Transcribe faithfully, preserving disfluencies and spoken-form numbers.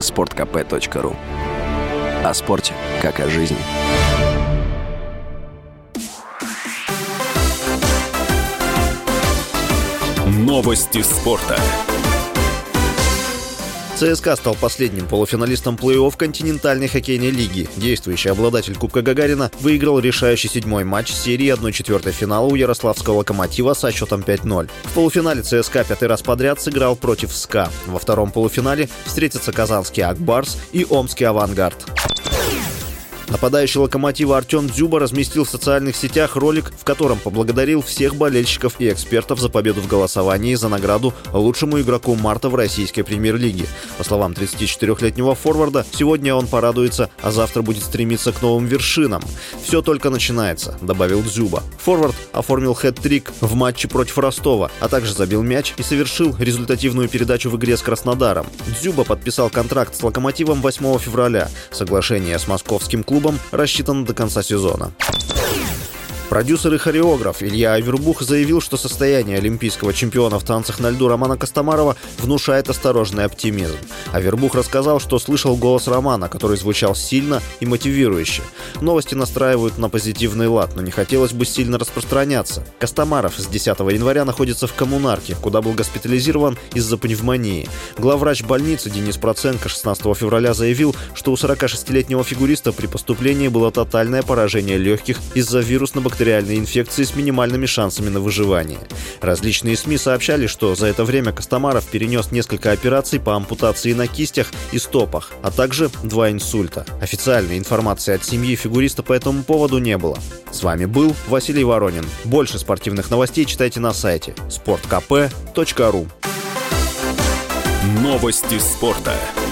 спорт ка пэ точка ру. О спорте, как о жизни. Новости спорта. ЦСКА стал последним полуфиналистом плей-офф континентальной хоккейной лиги. Действующий обладатель Кубка Гагарина выиграл решающий седьмой матч серии одна четвертая финала у ярославского «Локомотива» со счетом пять ноль. В полуфинале ЦСКА пятый раз подряд сыграл против СКА. Во втором полуфинале встретятся казанский «Ак Барс» и омский «Авангард». Нападающий «Локомотива» Артем Дзюба разместил в социальных сетях ролик, в котором поблагодарил всех болельщиков и экспертов за победу в голосовании за награду лучшему игроку марта в российской премьер-лиге. По словам тридцатичетырёхлетнего форварда, сегодня он порадуется, а завтра будет стремиться к новым вершинам. «Все только начинается», — добавил Дзюба. Форвард оформил хэт-трик в матче против Ростова, а также забил мяч и совершил результативную передачу в игре с Краснодаром. Дзюба подписал контракт с «Локомотивом» восьмого февраля. Соглашение с московским клубом рассчитан до конца сезона. Продюсер и хореограф Илья Авербух заявил, что состояние олимпийского чемпиона в танцах на льду Романа Костомарова внушает осторожный оптимизм. Авербух рассказал, что слышал голос Романа, который звучал сильно и мотивирующе. Новости настраивают на позитивный лад, но не хотелось бы сильно распространяться. Костомаров с десятого января находится в коммунарке, куда был госпитализирован из-за пневмонии. Главврач больницы Денис Проценко шестнадцатого февраля заявил, что у сорокашестилетнего фигуриста при поступлении было тотальное поражение легких из-за вирусно-бактериальной реальной инфекции с минимальными шансами на выживание. Различные СМИ сообщали, что за это время Костомаров перенес несколько операций по ампутации на кистях и стопах, а также два инсульта. Официальной информации от семьи фигуриста по этому поводу не было. С вами был Василий Воронин. Больше спортивных новостей читайте на сайте спорт ка пэ точка ру. Новости спорта.